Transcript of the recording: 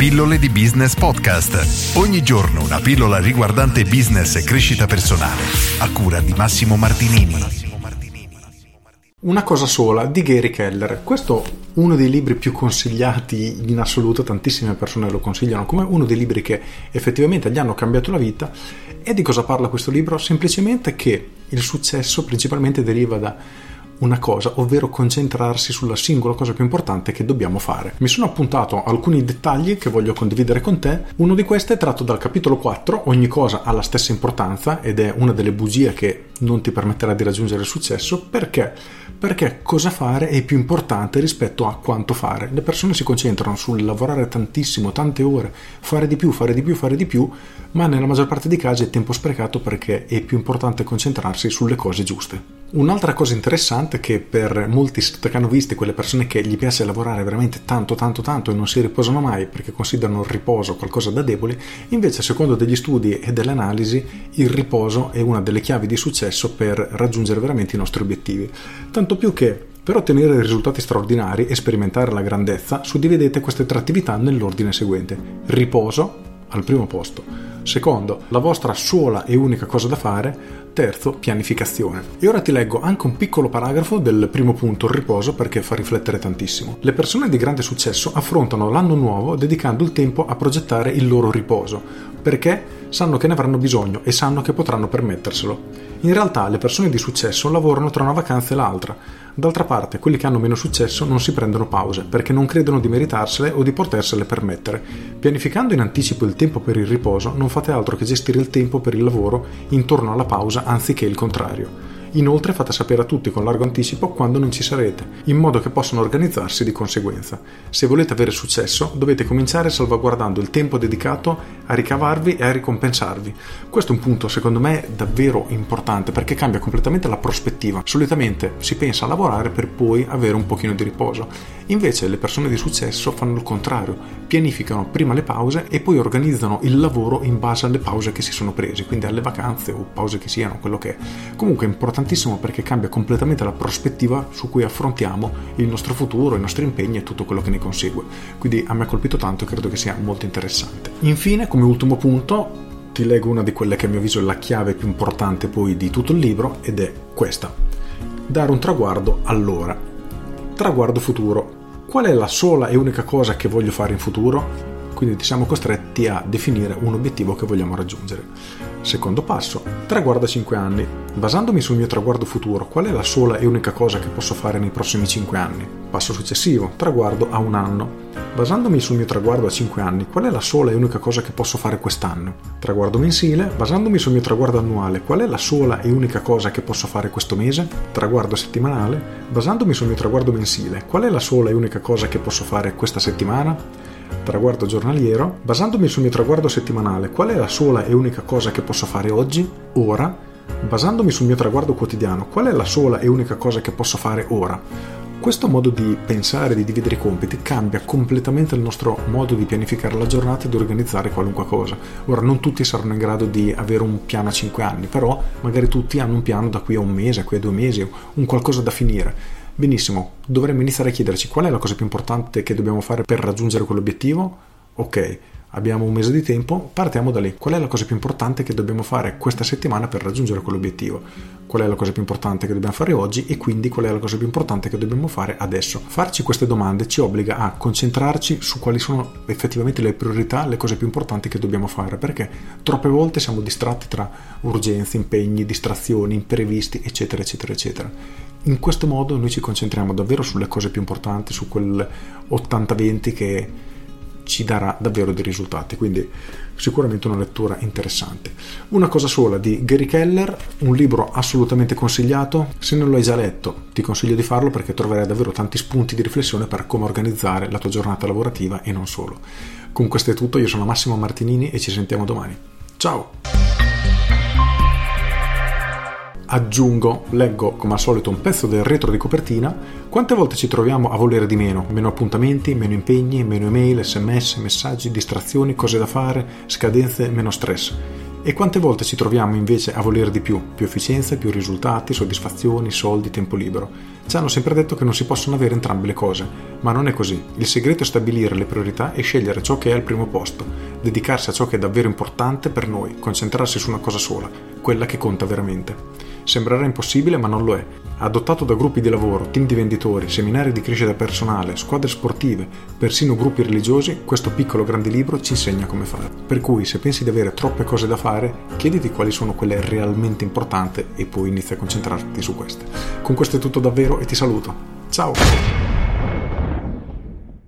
Pillole di Business Podcast. Ogni giorno una pillola riguardante business e crescita personale. A cura di Massimo Martinini. Una cosa sola di Gary Keller. Questo è uno dei libri più consigliati in assoluto, tantissime persone lo consigliano come uno dei libri che effettivamente gli hanno cambiato la vita. E di cosa parla questo libro? Semplicemente che il successo principalmente deriva da una cosa, ovvero concentrarsi sulla singola cosa più importante che dobbiamo fare. Mi sono appuntato alcuni dettagli che voglio condividere con te. Uno di questi è tratto dal capitolo 4, ogni cosa ha la stessa importanza, ed è una delle bugie che non ti permetterà di raggiungere il successo. Perché? Perché cosa fare è più importante rispetto a quanto fare. Le persone si concentrano sul lavorare tantissimo, tante ore, fare di più, ma nella maggior parte dei casi è tempo sprecato perché è più importante concentrarsi sulle cose giuste. Un'altra cosa interessante è che per molti staccanovisti, quelle persone che gli piace lavorare veramente tanto e non si riposano mai perché considerano il riposo qualcosa da deboli, invece secondo degli studi e delle analisi il riposo è una delle chiavi di successo per raggiungere veramente i nostri obiettivi. Tanto più che per ottenere risultati straordinari e sperimentare la grandezza, suddividete queste tre attività nell'ordine seguente: riposo al primo posto, secondo, la vostra sola e unica cosa da fare, terzo, pianificazione. E ora ti leggo anche un piccolo paragrafo del primo punto, il riposo, perché fa riflettere tantissimo. Le persone di grande successo affrontano l'anno nuovo dedicando il tempo a progettare il loro riposo, perché sanno che ne avranno bisogno e sanno che potranno permetterselo. In realtà le persone di successo lavorano tra una vacanza e l'altra. D'altra parte, quelli che hanno meno successo non si prendono pause perché non credono di meritarsele o di potersele permettere. Pianificando in anticipo il tempo per il riposo, non fate altro che gestire il tempo per il lavoro intorno alla pausa anziché il contrario. Inoltre fate sapere a tutti con largo anticipo quando non ci sarete, in modo che possano organizzarsi di conseguenza. Se volete avere successo, dovete cominciare salvaguardando il tempo dedicato a ricavarvi e a ricompensarvi. Questo è un punto secondo me davvero importante perché cambia completamente la prospettiva. Solitamente si pensa a lavorare per poi avere un pochino di riposo. Invece le persone di successo fanno il contrario, pianificano prima le pause e poi organizzano il lavoro in base alle pause che si sono presi, quindi alle vacanze o pause che siano, quello che è. Comunque è importantissimo perché cambia completamente la prospettiva su cui affrontiamo il nostro futuro, i nostri impegni e tutto quello che ne consegue. Quindi a me ha colpito tanto e credo che sia molto interessante. Infine, come ultimo punto, ti leggo una di quelle che a mio avviso è la chiave più importante poi di tutto il libro, ed è questa: dare un traguardo all'ora. Traguardo futuro. Qual è la sola e unica cosa che voglio fare in futuro? Quindi siamo costretti a definire un obiettivo che vogliamo raggiungere. Secondo passo, traguardo a 5 anni. Basandomi sul mio traguardo futuro, qual è la sola e unica cosa che posso fare nei prossimi 5 anni? Passo successivo, traguardo a 1 anno. Basandomi sul mio traguardo a 5 anni, qual è la sola e unica cosa che posso fare quest'anno? Traguardo mensile. Basandomi sul mio traguardo annuale, qual è la sola e unica cosa che posso fare questo mese? Traguardo settimanale. Basandomi sul mio traguardo mensile, qual è la sola e unica cosa che posso fare questa settimana? Traguardo giornaliero. Basandomi sul mio traguardo settimanale, qual è la sola e unica cosa che posso fare oggi, ora? Basandomi sul mio traguardo quotidiano, qual è la sola e unica cosa che posso fare ora? Questo modo di pensare, di dividere i compiti, cambia completamente il nostro modo di pianificare la giornata e di organizzare qualunque cosa. Ora, non tutti saranno in grado di avere un piano a 5 anni, però magari tutti hanno un piano da qui a un mese, a qui a 2 mesi, un qualcosa da finire. Benissimo, dovremmo iniziare a chiederci qual è la cosa più importante che dobbiamo fare per raggiungere quell'obiettivo? Ok, abbiamo un mese di tempo, partiamo da lì. Qual è la cosa più importante che dobbiamo fare questa settimana per raggiungere quell'obiettivo? Qual è la cosa più importante che dobbiamo fare oggi e quindi qual è la cosa più importante che dobbiamo fare adesso? Farci queste domande ci obbliga a concentrarci su quali sono effettivamente le priorità, le cose più importanti che dobbiamo fare, perché troppe volte siamo distratti tra urgenze, impegni, distrazioni, imprevisti, eccetera. In questo modo noi ci concentriamo davvero sulle cose più importanti, su quel 80-20 che ci darà davvero dei risultati, quindi sicuramente una lettura interessante. Una cosa sola di Gary Keller, un libro assolutamente consigliato. Se non lo hai già letto ti consiglio di farlo perché troverai davvero tanti spunti di riflessione per come organizzare la tua giornata lavorativa e non solo. Con questo è tutto, io sono Massimo Martinini e ci sentiamo domani. Ciao! Leggo come al solito un pezzo del retro di copertina. Quante volte ci troviamo a volere di meno appuntamenti, meno impegni, meno email, sms, messaggi, distrazioni, cose da fare, scadenze, meno stress. E quante volte ci troviamo invece a voler di più efficienza, più risultati, soddisfazioni, soldi, tempo libero. Ci hanno sempre detto che non si possono avere entrambe le cose, ma non è così. Il segreto è stabilire le priorità e scegliere ciò che è al primo posto, dedicarsi a ciò che è davvero importante per noi, concentrarsi su una cosa sola, quella che conta veramente. Sembrerà impossibile, ma non lo è. Adottato da gruppi di lavoro, team di venditori, seminari di crescita personale, squadre sportive, persino gruppi religiosi, questo piccolo grande libro ci insegna come fare. Per cui, se pensi di avere troppe cose da fare, chiediti quali sono quelle realmente importanti e poi inizia a concentrarti su queste. Con questo è tutto davvero e ti saluto. Ciao!